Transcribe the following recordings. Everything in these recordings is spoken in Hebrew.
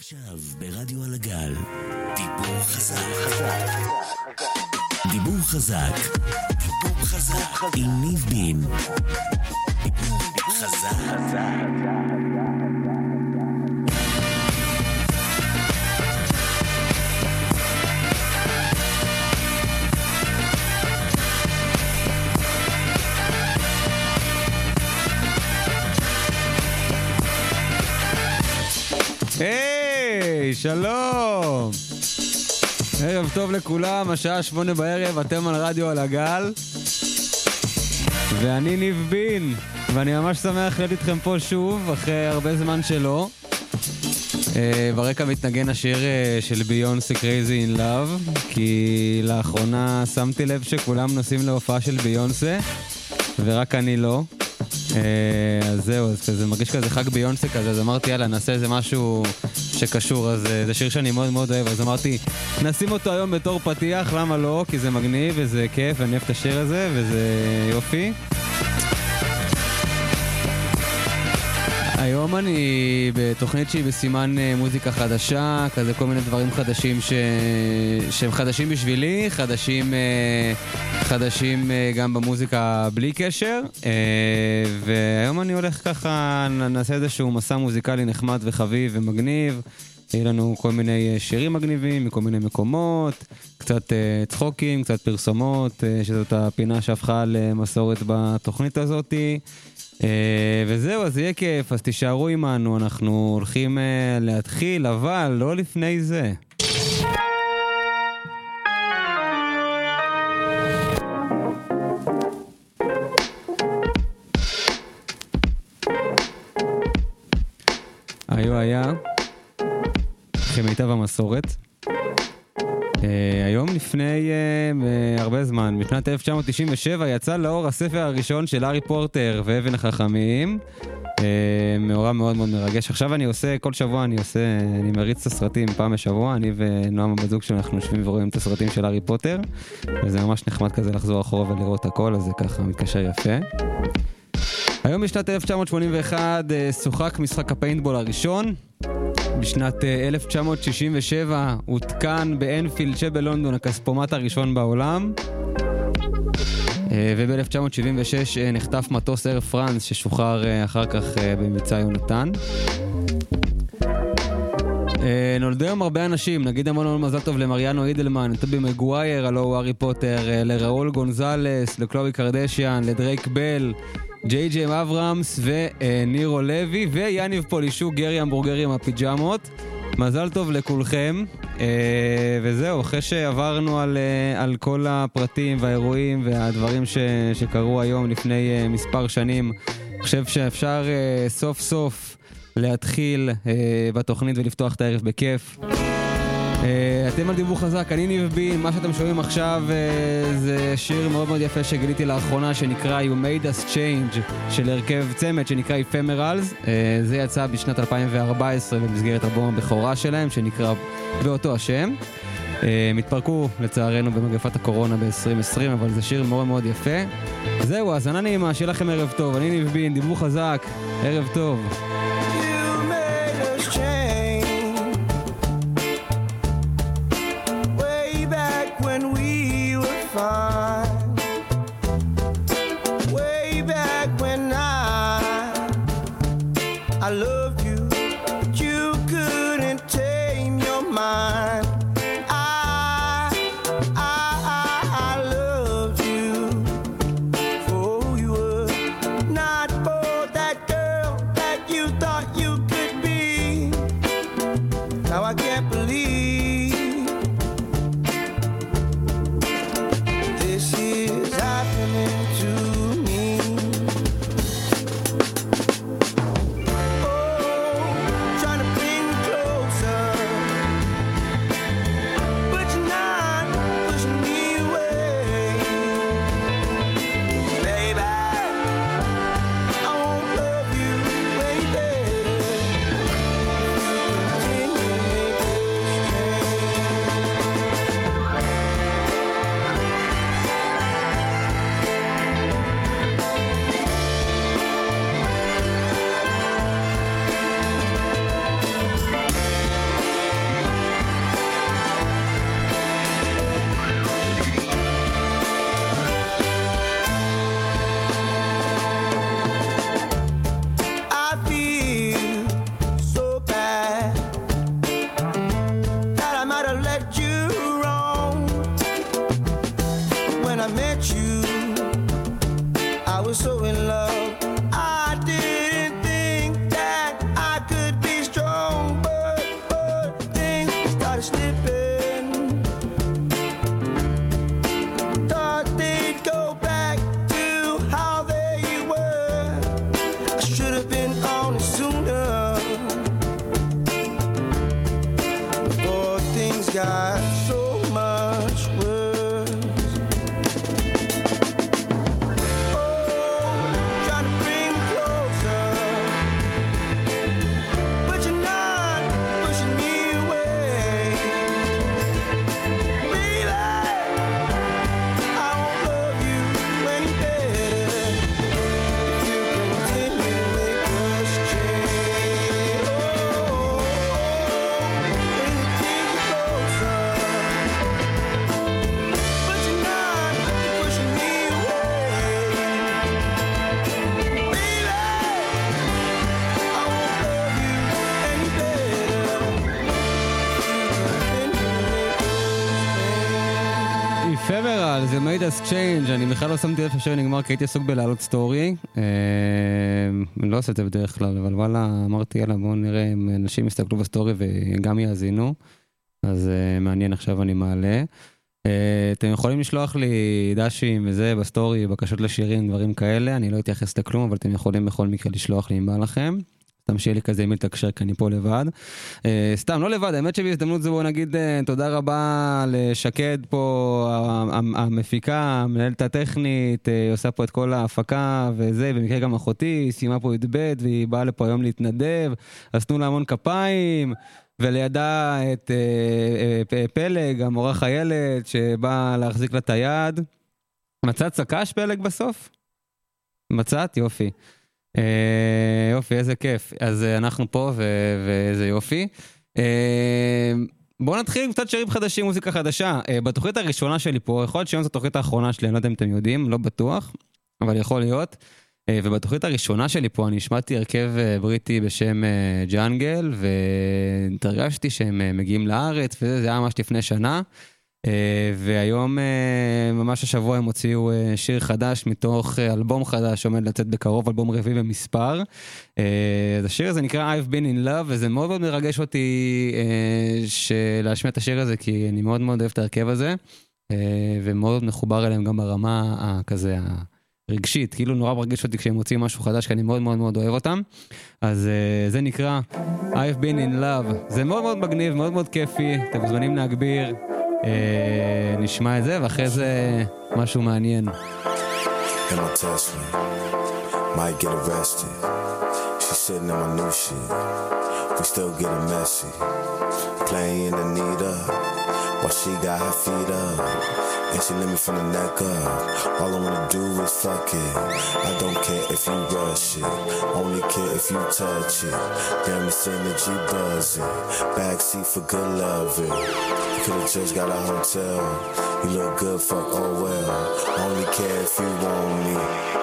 עכשיו ברדיו על הגל, דיבור חזק. דיבור חזק. דיבור חזק. עם ניב בין. דיבור חזק. היי, שלום. ערב טוב לכולם, השעה 8 בערב, אתם על רדיו על הגל. ואני ניב בין, ואני ממש שמח להיות איתכם פה שוב, אחרי הרבה זמן שלא. ברקע מתנגן השיר של ביונסה Crazy in Love, כי לאחרונה שמתי לב שכולם נוסעים להופעה של ביונסה, ורק אני לא. אז זהו, אז זה מרגיש כזה חג ביונסה כזה, אז אמרתי יאללה נעשה איזה משהו שקשור, אז זה שיר שאני מאוד מאוד אוהב, אז אמרתי נשים אותו היום בתור פתיח, למה לא? כי זה מגניב וזה כיף ואני אוהב את השיר הזה וזה יופי. היום אני בתוכנית שהיא בסימן מוזיקה חדשה, כזה כל מיני דברים חדשים שהם חדשים בשבילי, חדשים גם במוזיקה בלי קשר, והיום אני הולך ככה, נעשה איזשהו מסע מוזיקלי נחמד וחביב ומגניב, יהיה לנו כל מיני שירים מגניבים מכל מיני מקומות, קצת צחוקים, קצת פרסומות, שזאת הפינה שהפכה למסורת בתוכנית הזאת. וזהו, אז יהיה כיף, אז תישארו עמנו, אנחנו הולכים להתחיל, אבל לא לפני זה. היה כמיטב המסורת. היום לפני הרבה זמן, בשנת 1997, יצא לאור הספר הראשון של הארי פוטר ואבן החכמים. מאורע מאוד מאוד מרגש. עכשיו אני עושה, כל שבוע אני מריץ את הסרטים פעם בשבוע, אני ונועם הבזוג שאנחנו יושבים ורואים את הסרטים של הארי פוטר, וזה ממש נחמד כזה לחזור אחורה ולראות הכל, אז זה ככה מתקשר יפה. היום בשנת 1981 שוחק משחק הפיינטבול הראשון. בשנת 1967 הותקן באנפילד שבלונדון הכספומט הראשון בעולם. וב-1976 נחטף מטוס אייר פרנס ששוחרר אחר כך במבצע יונתן. נולדו היום הרבה אנשים, נגיד המון מזל טוב למריאנו אידלמן, לטובי מגווייר, הלו הוא הארי פוטר, לראול גונזלס, לקלוי קרדשיאן, לדרייק בל, ג'יי אברהמס ונירו לוי ויאניב פולישוק, גרי המבורגרי עם הפיג'מות. מזל טוב לכולכם. וזהו, אחרי שעברנו על כל הפרטים והאירועים והדברים שקרו היום לפני מספר שנים, אני חושב שאפשר סוף סוף להתחיל בתוכנית ולפתוח את הערב בכיף. אתם על דיבור חזק, אני ניב בין, מה שאתם שומעים עכשיו זה שיר מאוד מאוד יפה שגיליתי לאחרונה שנקרא You Made Us Change של הרכב צמד שנקרא Ephemerals. זה יצא בשנת 2014 במסגרת אלבום הבכורה שלהם שנקרא באותו השם. מתפרקו לצערנו במגפת הקורונה ב-2020, אבל זה שיר מאוד מאוד יפה. זהו, אז ענה נעימה, שיהיה לכם ערב טוב, אני ניב בין, דיבור חזק, ערב טוב. I loved you, but you couldn't tame your mind. I loved you for who you were, not for that girl that you thought you could be. Now I can't believe this is happening to me. Make got so much worse. Oh, trying to bring me closer, but you're not pushing me away. Baby, I won't love you any better if you continue to make us change. Oh, bring me closer, but you're not pushing me away. Baby, I won't love you any better if you continue to make us change. אפמרל, זה made us change, אני בכלל לא שמתי לב שהשיר נגמר כי הייתי עסוק בלהעלות סטורי. אני לא עושה את זה בדרך כלל, אבל וואלה, אמרתי, יאללה, בואו נראה אם אנשים יסתכלו בסטורי וגם יאזינו. אז מעניין, עכשיו אני מעלה. אתם יכולים לשלוח לי דשים וזה בסטורי, בקשות לשירים, דברים כאלה, אני לא אתייחס לכלום, אבל אתם יכולים בכל מקרה לשלוח לי אם בא לכם. סתם שיהיה לי כזה אימייל תקשר, כי אני פה לבד. סתם, לא לבד, האמת שבהזדמנות זו בואו נגיד תודה רבה לשקד פה, המפיקה, המנהלת הטכנית, עושה פה את כל ההפקה וזה, במקרה גם אחותי, סיימה פה י"ב, והיא באה לפה היום להתנדב, אז תנו לה המון כפיים, ולידה את פלג, המורה חיילת, שבאה להחזיק לה את היד. מצאת סקש פלג בסוף? מצאת? יופי. יופי, איזה כיף. אז אנחנו פה ואיזה יופי. בואו נתחיל עם קצת שירים חדשים, מוזיקה חדשה. בתוכנית הראשונה שלי פה, יכול להיות שהיום זו התוכנית האחרונה שלי, אני לא יודע אם אתם יודעים, לא בטוח, אבל יכול להיות. ובתוכנית הראשונה שלי פה אני השמעתי הרכב בריטי בשם ג'אנגל, והתרגשתי שהם מגיעים לארץ, וזה היה ממש לפני שנה. והיום ממש השבוע הם הוציאו שיר חדש מתוך אלבום חדש שעומד לצאת בקרוב, אלבום רביעי במספר. אז השיר הזה נקרא I've been in love, וזה מאוד מאוד מרגש אותי להשמיע את השיר הזה, כי אני מאוד מאוד אוהב את ההרכב הזה, ומאוד מחובר אליהם גם ברמה כזה רגשית, כאילו נורא מרגש אותי כשהם מוצאים משהו חדש, כי אני מאוד מאוד מאוד אוהב אותם. אז זה נקרא I've been in love, זה מאוד מאוד מגניב, מאוד מאוד כיפי, אתם מוזמנים להגביר. נשמע את זה, ואחרי זה משהו מעניין. In my Tesla, might get arrested. She's sitting in my new shit. We still getting messy. Playing Anita while she got her feet up. And she let me from the neck up. All I wanna do is fuck it. I don't care if you rush it. Only care if you touch it. Damn, this energy buzzing. Backseat for good loving. You could've just got a hotel. You look good, fuck, oh well. Only care if you want me.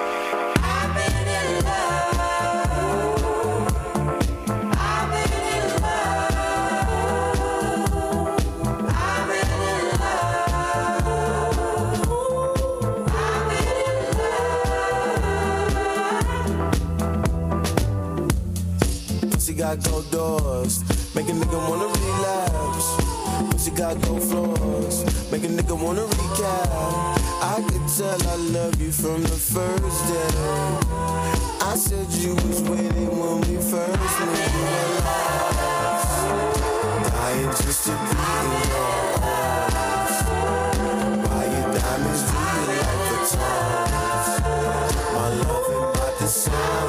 Got gold doors, make a nigga wanna relapse. Pussy got gold floors, make a nigga wanna recap. I could tell I love you from the first day. I said you was waiting when we first met. You were lost, dying just to be in your arms. Buy your diamonds, do you like the tones? My love ain't about the sound.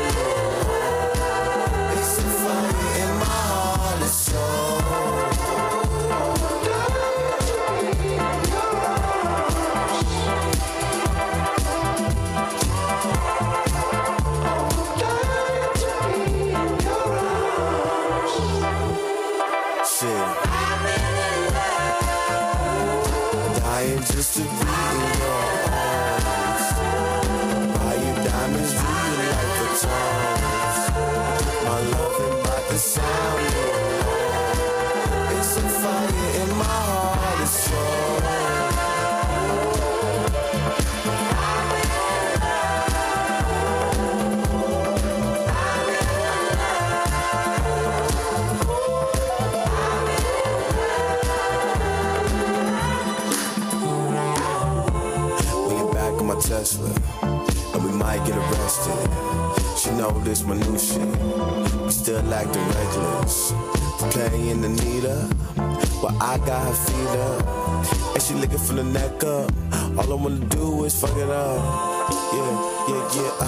Just to be in your arms. Buy your diamonds, do you like the tones? My love ain't about the sound. It's a fire in my heart, it's strong. Tesla, and we might get arrested. She know this my new shit. We still acting reckless. Playing Anita but I got her feet up, and she licking from the neck up. All I wanna do is fuck it up. Yeah.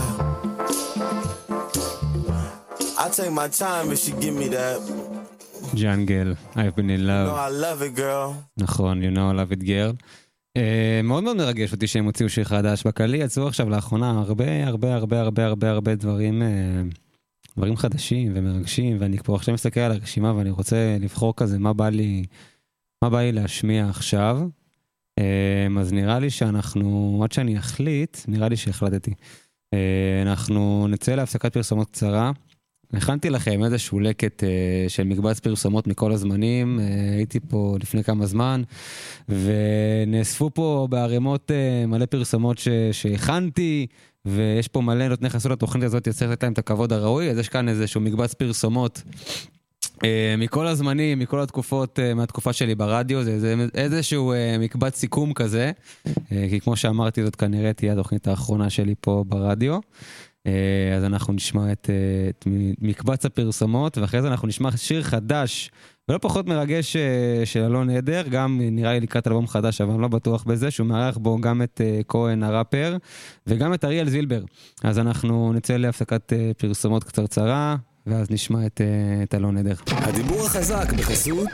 I take my time if she give me that. ג'אנגל, I've been in love. No, I love it, girl. נכון, you know I love it girl. מאוד מאוד מרגש אותי שהם הוציאו שיר חדש. בקלי יצאו עכשיו לאחרונה הרבה דברים חדשים ומרגשים, ואני כבר עכשיו מסתכל על הרשימה ואני רוצה לבחור כזה מה בא לי להשמיע עכשיו. אז נראה לי שאנחנו, עד שאני אחליט, נראה לי שהחלטתי, אנחנו נצא להפסקת פרסומות קצרה. הכנתי לכם איזשהו לקט של מקבץ פרסומות מכל הזמנים, הייתי פה לפני כמה זמן, ונאספו פה בערימות מלא פרסומות שהכנתי, ויש פה מלא נותני חסות לתוכנית הזאת, יצטרך לתת להם את הכבוד הראוי, אז יש כאן איזשהו מקבץ פרסומות מכל הזמנים, מכל התקופות, מהתקופה שלי ברדיו, זה איזשהו מקבץ סיכום כזה, כי כמו שאמרתי, זאת כנראה תהיה התוכנית האחרונה שלי פה ברדיו. אז אנחנו נשמע את מקבץ הפרסומות, ואחרי זה אנחנו נשמע שיר חדש, ולא פחות מרגש של אלון עדר, גם נראה לי לקראת אלבום חדש, אבל אני לא בטוח בזה, שהוא מארח בו גם את כהן הראפר, וגם את אריאל זילבר. אז אנחנו נצא להפסקת פרסומות קצרצרה, ואז נשמע את אלון עדר. הדיבור החזק בחסות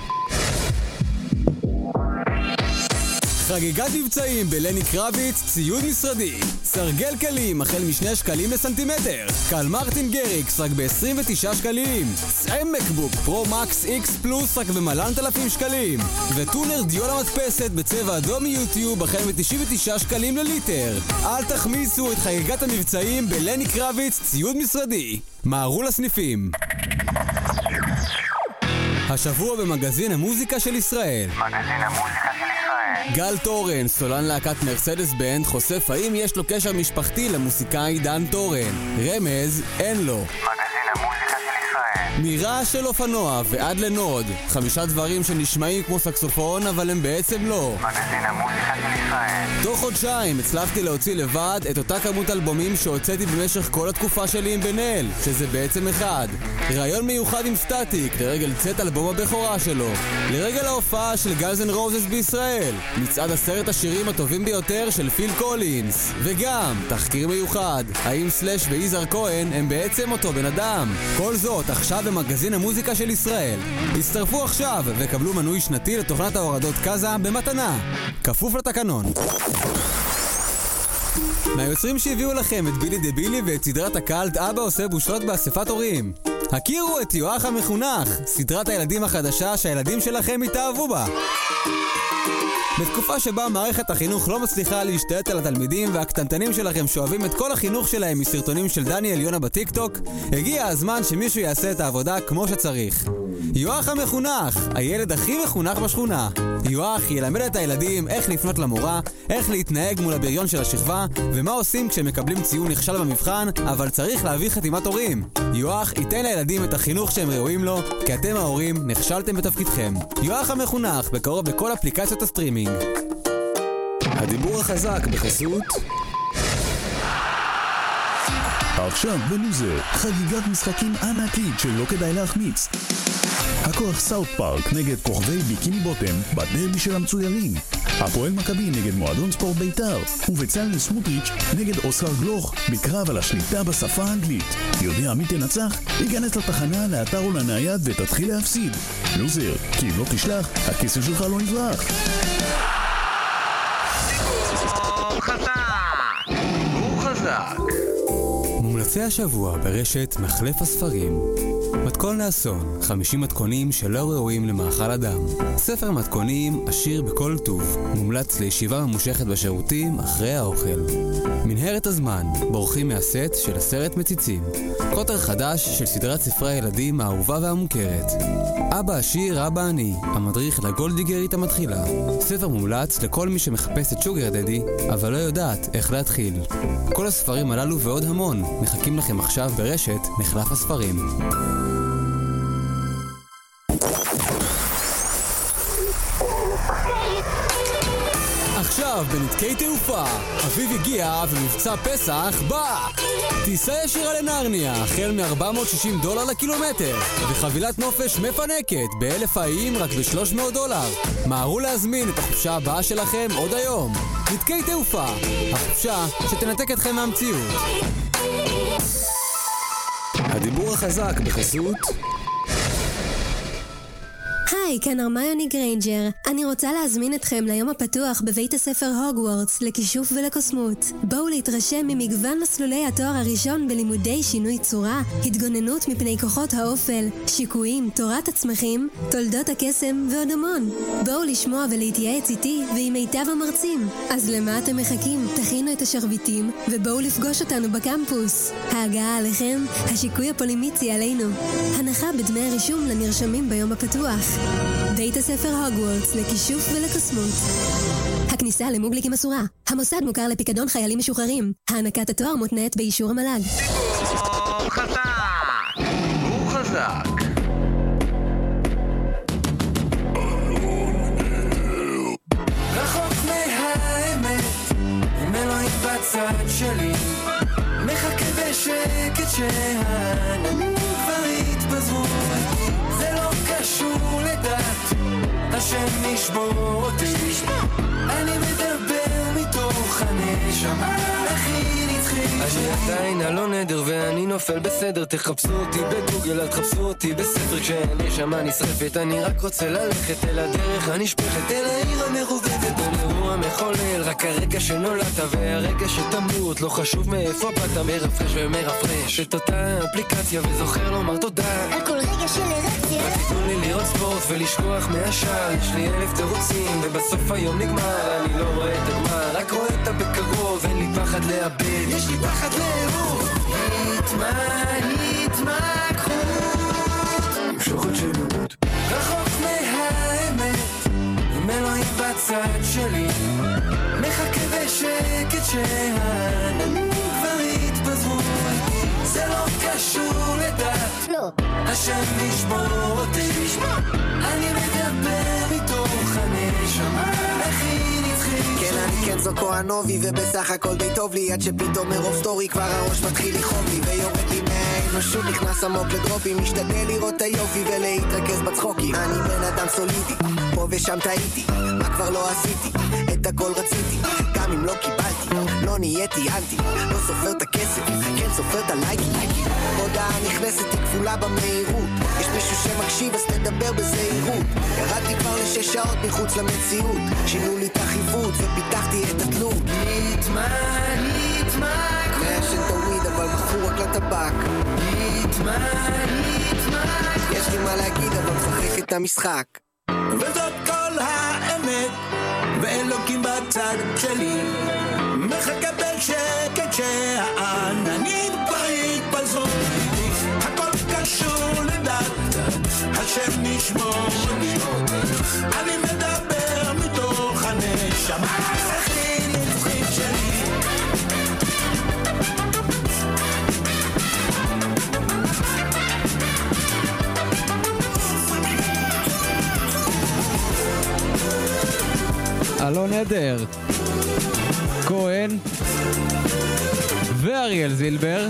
חגיגת מבצעים בלני קרביץ, ציוד משרדי. סרגל כלים החל מ2 שקלים לסנטימטר. קל מרטין גריקס רק ב29 שקלים. סעם מקבוק פרו מקס איקס פלוס רק ב2,000 שקלים. וטונר דיו למדפסת בצבע אדום מיוטיוב החל מ99 שקלים לליטר. אל תחמיסו את חגיגת המבצעים בלני קרביץ, ציוד משרדי. מהרו לסניפים. השבוע במגזין המוזיקה של ישראל. גל טורן, סולן להקת מרסדס בנד, חושף האם יש לו קשר משפחתי למוסיקאי דן טורן. רמז, אין לו. מגזין המוזיקה של ישראל. מרעש של אופנוע ועד לנוד, 5 דברים שנשמעים כמו סקסופון אבל הם בעצם לא. מגזין המוזיקה של ישראל. תוך חודשיים הצלחתי להוציא לבד את אותה כמות אלבומים שהוצאתי במשך כל התקופה שלי עם בנאל, שזה בעצם אחד. רעיון מיוחד עם סטטיק לרגל צאת אלבום הבכורה שלו, לרגל ההופעה של גאנז אנד רוזס בישראל, מצעד 10 השירים הטובים ביותר של פיל קולינס, וגם תחקיר מיוחד האם סלאש ויזהר כהן הם בעצם אותו בן אדם. כל זאת עכשיו במגזין המוזיקה של ישראל. הצטרפו עכשיו וקבלו מנוי שנתי לתוכנת ההורדות קזה במתנה, כפוף לתקנון. מהיוצרים שהביאו לכם את בילי דבילי ואת סדרת הקלט אבא עושה בושות באספת הורים, הכירו את יואח המחונך, סדרת הילדים החדשה שהילדים שלכם התאהבו בה. בתקופה שבה מערכת החינוך לא מצליחה להשתלט על התלמידים והקטנטנים שלכם שאוהבים את כל החינוך שלהם מסרטונים של דניאל יונה בטיקטוק, הגיע הזמן שמישהו יעשה את העבודה כמו שצריך. יואח המחונך, הילד הכי מחונך בשכונה. יואח ילמד את הילדים איך לפנות למורה, איך להתנהג מול הבריון של השכבה, ומה עושים כשמקבלים ציון נכשל במבחן, אבל צריך להביא חתימת הורים. יואח ייתן לילדים את החינוך שהם ראויים לו, כי אתם ההורים נכשלתם בתפקידכם. יואח המחונך, בקרוב בכל אפליקציות הסטרימינג. הדיבור החזק בחסות עכשיו בלוזר, חגיגת משחקים ענקית שלא כדאי להחמיץ. הכוח סאוט פארק נגד כוכבי ביקיני בוטם בדרבי של המצוירים. הפועל מכבי נגד מועדון ספורט בית"ר, ובצלאל סמוטריץ' נגד אוסקר גלוך בקרב על השליטה בשפה האנגלית. יודע מי תנצח? ייכנס לתחנה, לאתר או לנייד ותתחיל להפסיד. לוזר, כי אם לא תשלח, הכסף שלך לא יברח. דיבור חזק. מומלצי השבוע ברשת מחלף הספרים. מתכון לאסון, 50 מתכונים שלא ראויים למאכל אדם. ספר מתכונים עשיר בכל טוב, מומלץ לישיבה ממושכת בשירותים אחרי האוכל. מנהרת הזמן, בורחים מהסט של 10 מציצים. קוטר חדש של סדרת ספרי הילדים האהובה והמוכרת. אבא עשיר, אבא עני, המדריך לגולדיגרית המתחילה. ספר מומלץ לכל מי שמחפש את שוגר דדי, אבל לא יודעת איך להתחיל. כל הספרים הללו ועוד המון מחכים לכם עכשיו ברשת מחלף הספרים. עכשיו בנתקי תעופה, אביב הגיע ומבצע פסח בא! טיסה ישירה לנרניה, החל $460 לקילומטר, וחבילת נופש מפנקת ב1,000 האיים רק $300. מהרו להזמין את החופשה הבאה שלכם עוד היום. נתקי תעופה, החופשה שתנתק אתכם מהמציאות. הדיבור החזק בחסות היי, כאן הרמיוני גריינג'ר. אני רוצה להזמין אתכם ליום הפתוח בבית הספר הוגוורטס לכישוף ולקוסמות. בואו להתרשם ממגוון מסלולי התואר הראשון בלימודי שינוי צורה, התגוננות מפני כוחות האופל, שיקויים, תורת הצמחים, תולדות הקסם ועוד המון. בואו לשמוע ולהתייעץ איתי ועם מיטב המרצים. אז למה אתם מחכים? תכינו את השרביטים ובואו לפגוש אותנו בקמפוס. ההגעה עליכם, השיקוי הפולימיצי עלינו. הנחה בדמי הרישום לנרשמים ביום הפתוח. בית הספר הוגוורטס לכישוף ולקוסמות. הכניסה למוגליקים אסורה. המוסד מוכר לפיקדון חיילים משוחררים. הענקת התואר מותנית באישור המל"ג. דיבור חזק. דיבור חזק. רחוק מהאמת, עם אלוהים בצד שלי, מחכה בשקט שהעננים כבר יתפזרו. זה לא קשור לדת, השם נשבור אותי, אני מדבר מתוך הנשמה הכי נצחית. אני עדיין הלא נדר ואני נופל בסדר, תחפשו אותי בגוגל, אל תחפשו אותי בספר. כשהנשמה נשרפת אני רק רוצה ללכת אל הדרך הנשפכת, אל העיר המרובבת, אל אירוע מחולל. רק הרגע שנולדת והרגע שתמות, לא חשוב מאיפה באת, מרפרש ומרפרש את אותה אפליקציה וזוכר לומר תודה על כל רגע של ארקציה. תיתנו לי לראות ספורט ולשכוח מהשאר, יש לי 1000 תירוצים ובסוף היום נגמר. אני לא רואה את הגמר, רק רואה את הבקרוב, אין לי פחד לאבד, יש לי פחד לאהוב. התמקחות עם שוחד של מות, רחוק מהאמת, עם אלוהים בצד שלי, מחכה בשקט שהעננים כבר יתפזרו. זה לא קשור לדת, לא, השם נשבור אותי, אני מדבר מתוך הנשמה הכי נצחית. כן, אני קנזו כהנובי ובסך הכל די טוב לי, עד שפתאום מרוב סטורי כבר הראש מתחיל לכאוב לי ויורד לי מהאנושות, נכנס עמוק לדרופים, משתדל לראות את היופי ולהתרכז בצחוקים. אני בן אדם סולידי, פה ושם טעיתי, מה כבר לא עשיתי, את הכל רציתי, גם אם לא קיבלתי, לא נהייתי אנטי, לא סופר את הכסף, כן סופר את הלייקים. הודעה נכנסת היא כפולה במהירות, יש מישהו שמקשיב אז תדבר בזהירות. ירדתי כבר ל6 שעות מחוץ למציאות, שינו לי את החיווט ופיתחתי את התלות. נתמק מעשן את הוויד אבל בחור רק לטבק. נתמק יש לי מה להגיד אבל משחק את המשחק. וזאת כל האמת, ואלוקים בצד שלי, מחכה בשקט שהעננים כבר יתפזרו. הכל קשור לדת, השם נשמור אותי, אני מדבר מתוך הנשמה הכי נצחית שלי. אלון עדר, כהן ואריאל זילבר,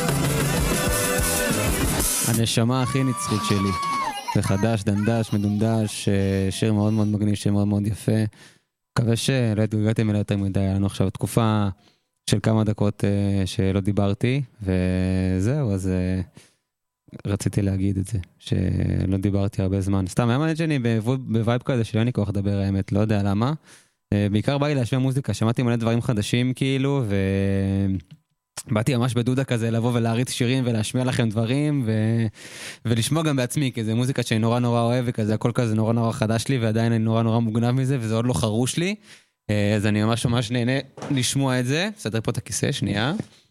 הנשמה הכי נצחית שלי. זה חדש, דנדש, מדונדש, שיר מאוד מאוד מגניב, שיר מאוד מאוד יפה. מקווה שלא התגעגעתם אליה יותר מדי, היה לנו עכשיו תקופה של כמה דקות שלא דיברתי, וזהו, אז רציתי להגיד את זה, שלא דיברתי הרבה זמן. סתם, היה מעניין שאני בווייב כזה שלא אין לי כוח לדבר האמת, לא יודע למה. בעיקר בא לי להשמיע מוזיקה, שמעתי מלא דברים חדשים כאילו, באתי ממש בדודה כזה לבוא ולהריץ שירים ולהשמיע לכם דברים ולשמוע גם בעצמי, כי זה מוזיקה שאני נורא נורא אוהב וכזה, הכל כזה נורא נורא חדש לי ועדיין אני נורא נורא מוגנב מזה וזה עוד לא חרוש לי, אז אני ממש ממש נהנה לשמוע את זה. סדר פה את הכיסא, שנייה.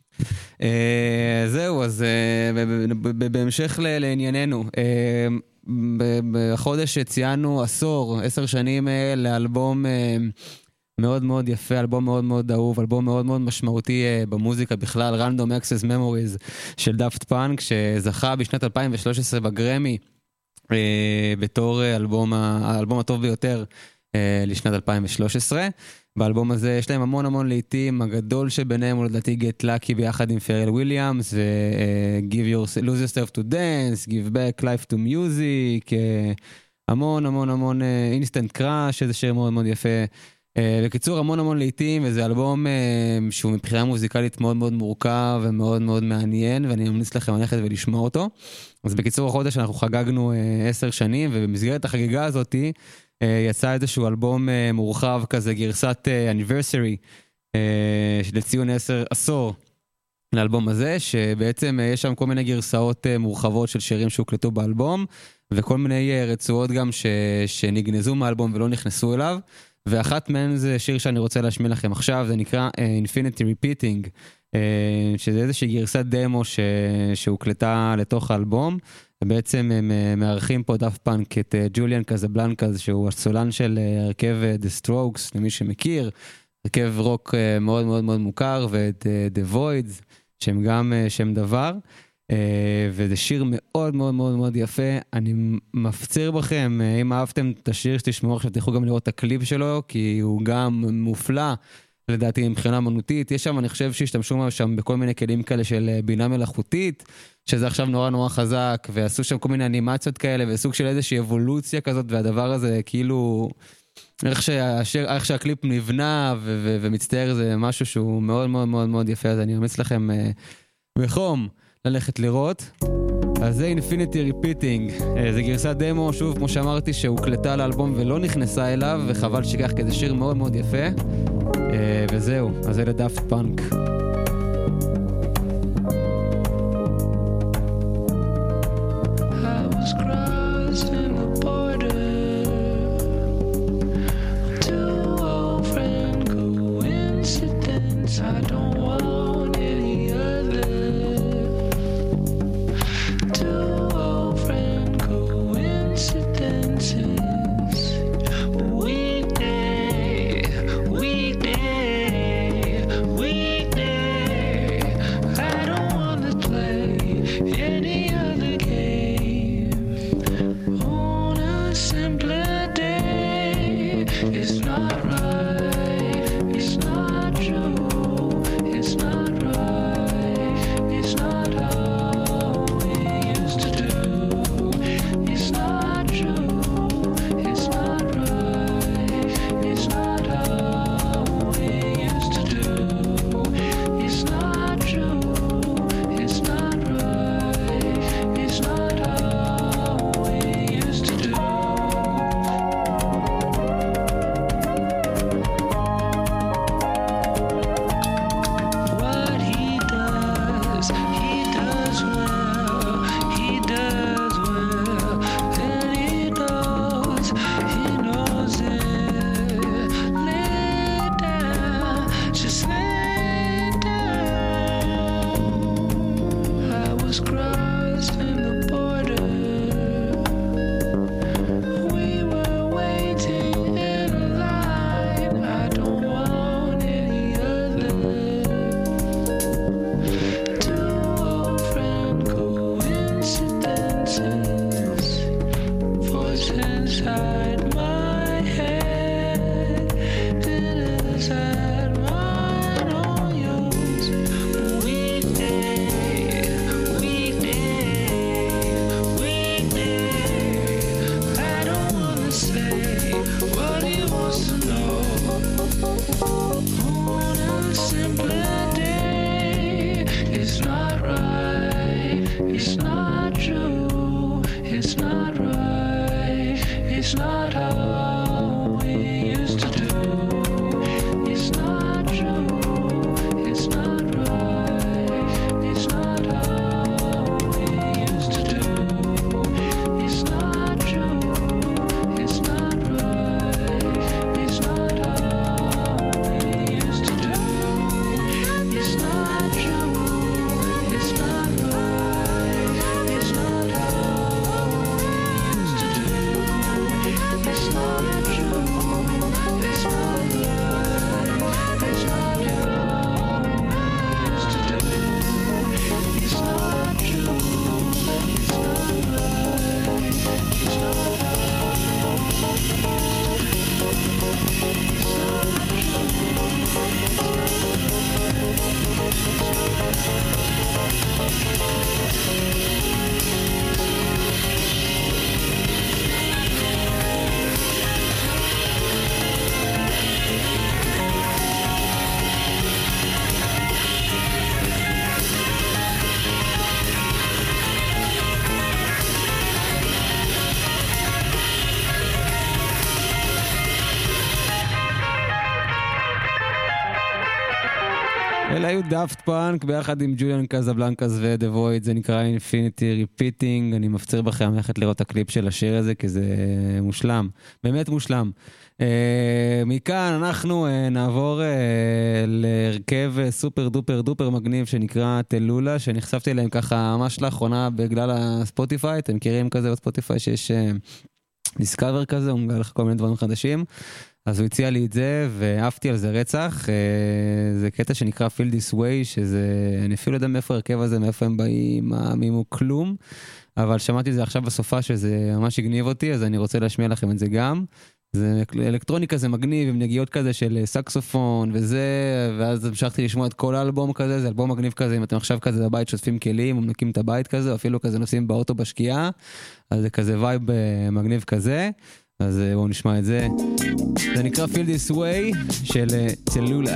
זהו, אז בהמשך לענייננו, בחודש ציינו 10 שנים לאלבום מאוד מאוד יפה, אלבום מאוד מאוד אהוב, אלבום מאוד מאוד משמעותי במוזיקה בכלל, Random Access Memories של דאפט פאנק, שזכה בשנת 2013 בגרמי בתור האלבום הטוב ביותר לשנת 2013. באלבום הזה יש להם המון המון לעיתים, הגדול שביניהם הוא לדעתי Get Lucky ביחד עם פרל וויליאמס, Lose Yourself to Dance, Give Back Life to Music, המון המון המון Instant Crush, איזה שיר מאוד מאוד יפה. בקיצור, המון המון לעיתים, וזה אלבום שהוא מבחינה מוזיקלית מאוד מאוד מורכב ומאוד מאוד מעניין, ואני ממליץ לכם ללכת ולשמוע אותו. אז בקיצור, החודש אנחנו חגגנו 10 שנים, ובמסגרת החגיגה הזאת יצא איזשהו אלבום מורחב כזה, גרסת Anniversary, לציון 10 עשור לאלבום הזה, שבעצם יש שם כל מיני גרסאות מורחבות של שירים שהוקלטו באלבום, וכל מיני רצועות גם שנגנזו מהאלבום ולא נכנסו אליו, ואחת מהן זה שיר שאני רוצה להשמיע לכם עכשיו, זה נקרא Infinity Repeating, שזה איזושהי גרסת דמו שהוקלטה לתוך האלבום, ובעצם הם מארחים פה דאפט פאנק את ג'וליאן קזבלנקה, שהוא הסולן של הרכב The Strokes, למי שמכיר, הרכב רוק מאוד מאוד מאוד מוכר, ואת The Voids, שהם גם שם דבר, וזה שיר מאוד מאוד מאוד מאוד יפה. אני מפציר בכם, אם אהבתם את השיר שתשמעו עכשיו, תלכו גם לראות את הקליפ שלו, כי הוא גם מופלא, לדעתי מבחינה אמנותית. יש שם, אני חושב שהשתמשו שם בכל מיני כלים כאלה של בינה מלאכותית, שזה עכשיו נורא נורא חזק, ועשו שם כל מיני אנימציות כאלה, וסוג של איזושהי אבולוציה כזאת, והדבר הזה כאילו, איך שהקליפ נבנה ומצטער, זה משהו שהוא מאוד מאוד מאוד מאוד יפה, אז אני ממליץ לכם בחום ללכת לראות. אז זה Infinity Repeating, זה גרסת דמו, שוב, כמו שאמרתי, שהוקלטה לאלבום ולא נכנסה אליו, וחבל שכך, כי זה שיר מאוד מאוד יפה. וזהו, אז זה לדאפט פאנק. אלה היו דאפט פאנק ביחד עם ג'וליאן קזבלנקס ו-The Void, זה נקרא Infinity Repeating. אני מפציר בכם ללכת לראות את הקליפ של השיר הזה, כי זה מושלם, באמת מושלם. מכאן אנחנו נעבור להרכב סופר דופר דופר מגניב שנקרא תלולה, שנחשפתי אליהם ככה ממש לאחרונה בגלל הספוטיפיי. אתם מכירים כזה בספוטיפיי שיש דיסקאבר כזה, הוא מגלה לך כל מיני דברים חדשים, אז הוא הציע לי את זה ואהבתי על זה רצח. זה קטע שנקרא Feel This Way, שזה, אני אפילו לא יודע מאיפה הרכב הזה, מאיפה הם באים, מאמימו כלום, אבל שמעתי את זה עכשיו בסופה שזה ממש הגניב אותי, אז אני רוצה להשמיע לכם את זה גם. זה אלקטרוניקה, זה מגניב עם נגיעות כזה של סקסופון וזה, ואז המשכתי לשמוע את כל האלבום כזה. זה אלבום מגניב כזה, אם אתם עכשיו כזה בבית שוטפים כלים, או מנקים את הבית כזה, או אפילו כזה נוסעים באוטו בשקיעה, אז זה כזה וייב מגניב כזה. אז בואו נשמע את זה. זה נקרא Feel This Way של תלולה.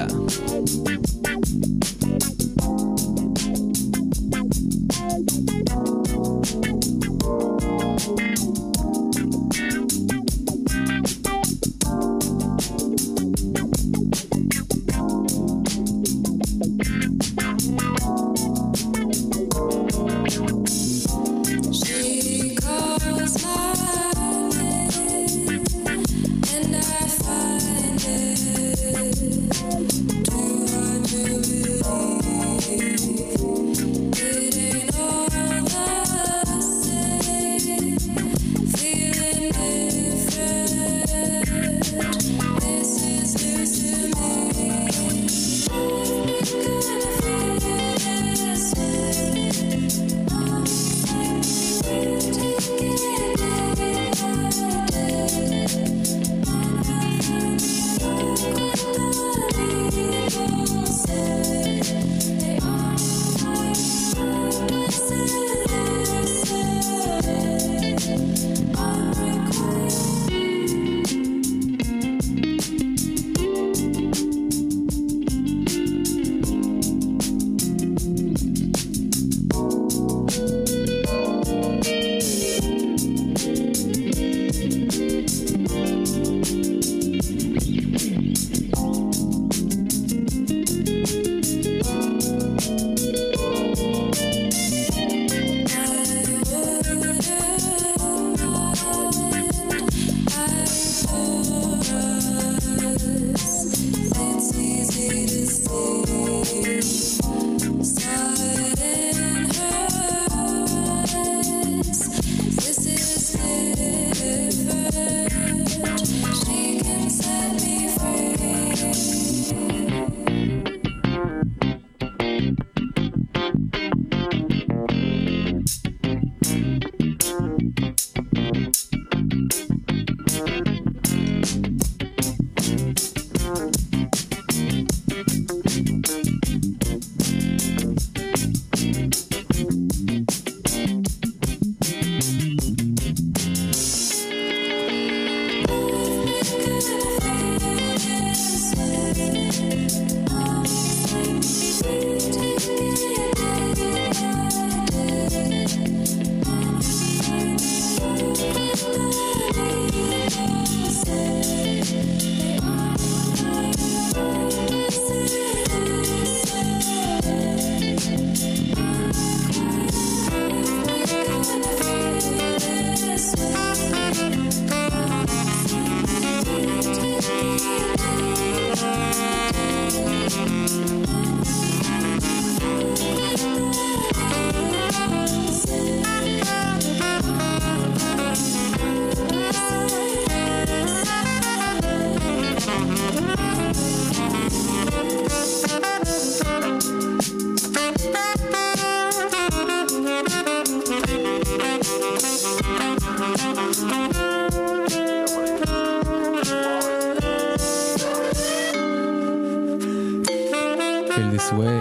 This Way,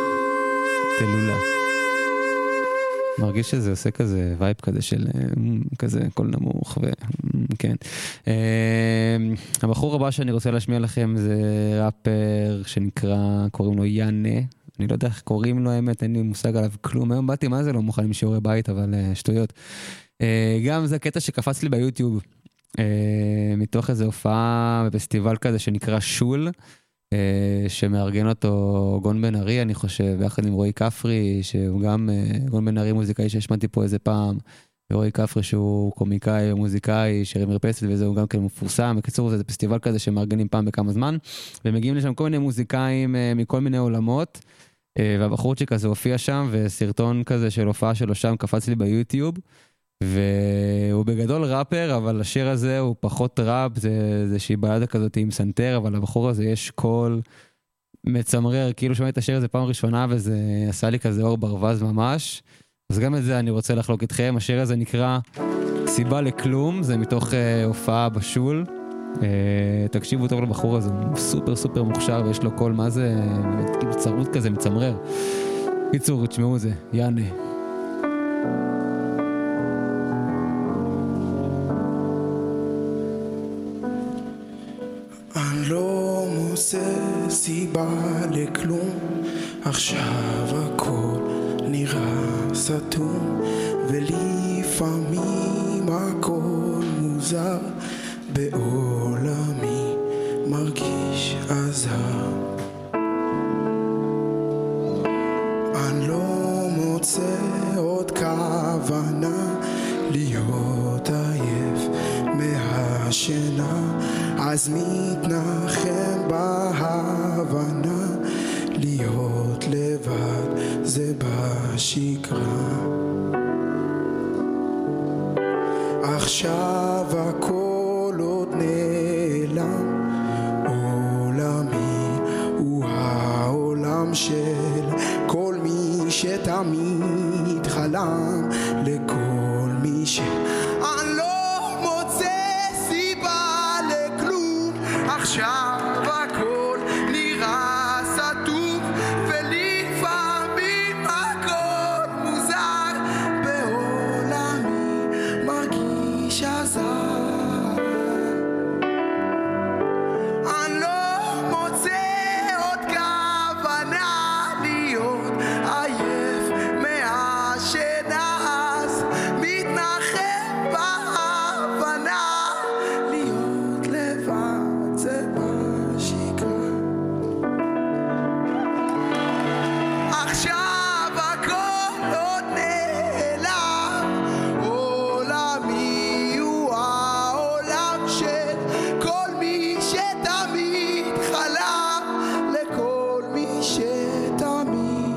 תלולה. מרגיש שזה עושה כזה וייב כזה של כזה קול נמוך וכן. הבחור הבא שאני רוצה להשמיע לכם זה ראפר שנקרא, קוראים לו יאנה. אני לא יודע איך קוראים לו, האמת, אין לי מושג עליו כלום. היום באתי מה זה לא מוכן עם שיעורי בית, אבל שטויות. גם זה קטע שקפץ לי ביוטיוב מתוך איזו הופעה בפסטיבל כזה שנקרא שול. שמארגן אותו גון בן ארי, אני חושב, ביחד עם רועי כפרי, שהוא גם, גון בן ארי מוזיקאי שהשמעתי פה איזה פעם, ורועי כפרי שהוא קומיקאי ומוזיקאי, שירי מרפסת וזה, הוא גם כן מפורסם. בקיצור, זה פסטיבל כזה שמארגנים פעם בכמה זמן, ומגיעים לשם כל מיני מוזיקאים מכל מיני עולמות, והבחורצ'יק הזה הופיע שם, וסרטון כזה של הופעה שלו שם קפץ לי ביוטיוב, והוא בגדול ראפר, אבל השיר הזה הוא פחות ראפ, זה שהיא בידה כזאת עם סנטר, אבל לבחור הזה יש קול מצמרר, כאילו שמעתי את השיר הזה פעם ראשונה, וזה עשה לי כזה אור ברווז ממש. אז גם את זה אני רוצה לחלוק איתכם. השיר הזה נקרא סיבה לכלום, זה מתוך הופעה בשול. תקשיבו טוב לבחור הזה, הוא סופר סופר מוכשר, ויש לו קול מה זה, כאילו צרות כזה מצמרר. קיצור, תשמעו זה, יענה. אני לא מוצא סיבה לכלום, עכשיו הכל נראה סתום, ולפעמים הכל מוזר, בעולמי מרגיש עזר. אני לא מוצא עוד כוונה להיות עייף מהשינה, אז מתנחם בהבנה, להיות לבד זה בשגרה. עכשיו הכל עוד נעלם, עולמי הוא העולם של כל מי שתמיד חלם, לכל מי ש... אני לא מוצא סיבה לכלום, עכשיו הכל נראה סתום, ולפעמים הכל מוזר, בעולמי מרגיש עזר. אני לא מוצא עוד כוונה להיות עייף מהשינה, אז מתנחם בהבנה, להיות לבד זה בשגרה. עכשיו הכל עוד נעלם, עולמי הוא העולם של כל מי שתמיד חלם, לכל מי שתמיד.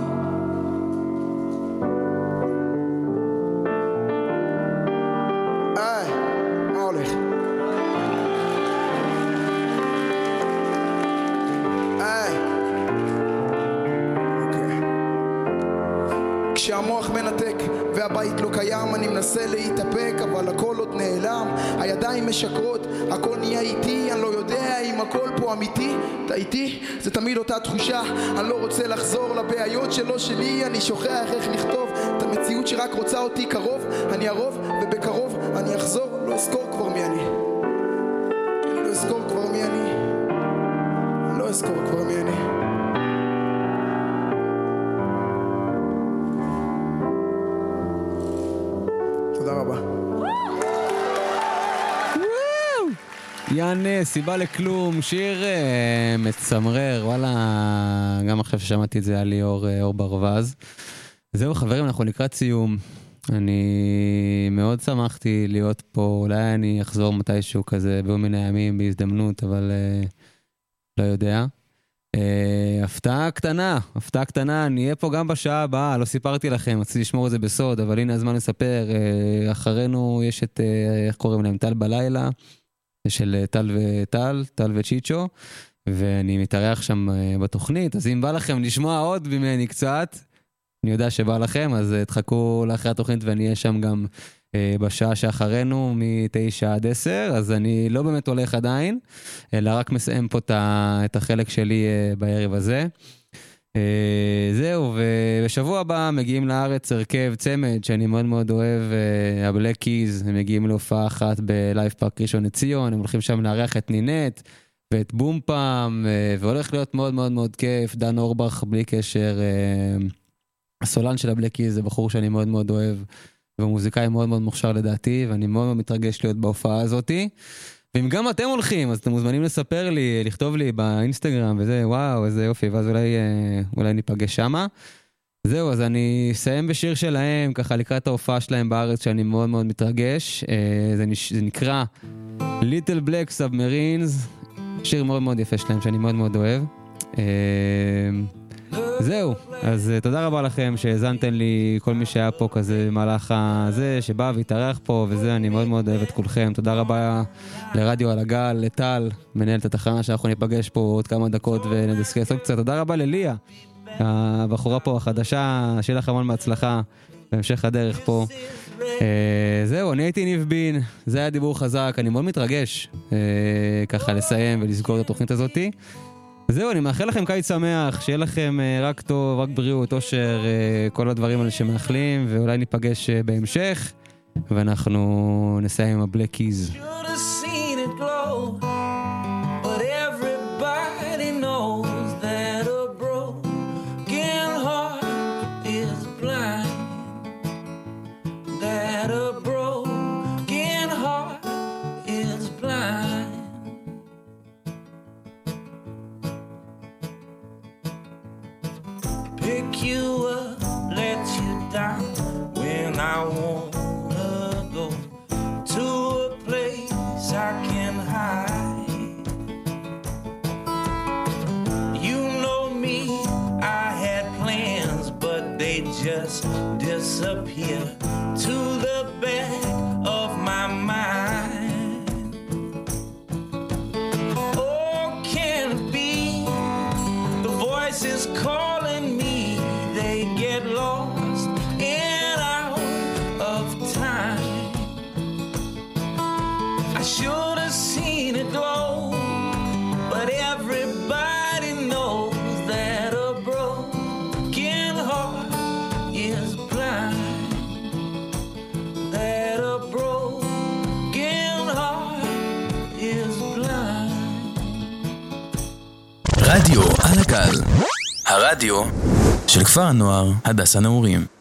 היי, מה הולך? היי, אוקיי. כשהמוח מנתק והבית לא קיים, אני מנסה להתאפק, אבל הכל עוד נעלם, הידיים משקרות, הכל נהיה איתי, אני לא יודע אם הכל פה אמיתי. אתה איתי? זה תמיד אותה תחושה, אני לא רוצה לחזור לבעיות שלא שלי, אני שוכח איך לכתוב את המציאות שרק רוצה אותי קרוב, אני הרוב ובקרוב אני אחזור, לא אזכור כבר מי אני, לא אזכור כבר מי אני, לא אזכור כבר מי אני. תודה רבה. יענה, סיבה לכלום, שיר מצמרר, וואלה, גם עכשיו ששמעתי את זה היה לי אור ברווז. זהו חברים, אנחנו לקראת סיום. אני מאוד שמחתי להיות פה, אולי אני אחזור מתישהו כזה ביום מן הימים בהזדמנות, אבל לא יודע. הפתעה קטנה, אני אהיה פה גם בשעה הבאה, לא סיפרתי לכם, רציתי לשמור את זה בסוד, אבל הנה הזמן לספר. אחרינו יש את, איך קוראים להם, טל בלילה, של טל וצ'יצ'ו, ואני מתארח שם בתוכנית, אז אם בא לכם לשמוע עוד ממני קצת, אני יודע שבא לכם, אז תחכו לאחרי התוכנית ואני אהיה שם גם בשעה שאחרינו מ-9 עד 10, אז אני לא באמת הולך עדיין, אלא רק מסיים פה את החלק שלי בערב הזה. זהו, ובשבוע הבא מגיעים לארץ הרכב צמד שאני מאוד מאוד אוהב, הבלק קיז, הם מגיעים להופעה אחת בלייב פארק ראשון לציון, הם הולכים שם לארח את נינט ואת בום פעם, והולך להיות מאוד מאוד מאוד כיף. דן אורבך בלי קשר, הסולן של הבלק קיז, זה בחור שאני מאוד מאוד אוהב, ומוזיקאי מאוד מאוד מוכשר לדעתי, ואני מאוד מאוד מתרגש להיות בהופעה הזאת. ואם גם אתם הולכים, אז אתם מוזמנים לספר לי, לכתוב לי באינסטגרם, וזה, וואו, איזה יופי, ואז אולי ניפגש שמה. זהו, אז אני אסיים בשיר שלהם, ככה לקראת ההופעה שלהם בארץ, שאני מאוד מאוד מתרגש. זה נקרא Little Black Submarines, שיר מאוד מאוד יפה שלהם, שאני מאוד מאוד אוהב. זהו, אז תודה רבה לכם שהזנתם לי, כל מי שהיה פה כזה במהלך הזה, שבא והתארח פה וזה, אני מאוד מאוד אוהב את כולכם. תודה רבה לרדיו על הגל, לטל, מנהלת התחנה, שאנחנו ניפגש פה עוד כמה דקות ונדסקס עוד קצת. תודה רבה לליה, הבחורה פה החדשה, שיהיה לך המון בהצלחה בהמשך הדרך פה. זהו, אני הייתי ניב בין, זה היה דיבור חזק, אני מאוד מתרגש ככה לסיים ולסגור את התוכנית הזאת. זהו, אני מאחל לכם קיץ שמח, שיהיה לכם רק טוב, רק בריאות, אושר, כל הדברים האלה שמאחלים, ואולי ניפגש בהמשך, ואנחנו נסיים עם הבלק קיז. I wanna go to a place I can hide. You know me, I had plans, but they just disappear to the back of my mind. Oh, can it be the voices calling me, they get lost in out of time. I should have seen it glow, but everybody knows that a broken heart is blind. That a broken heart is blind. רדיו על הגל, הרדיו של כפר הנוער הדס הנעורים.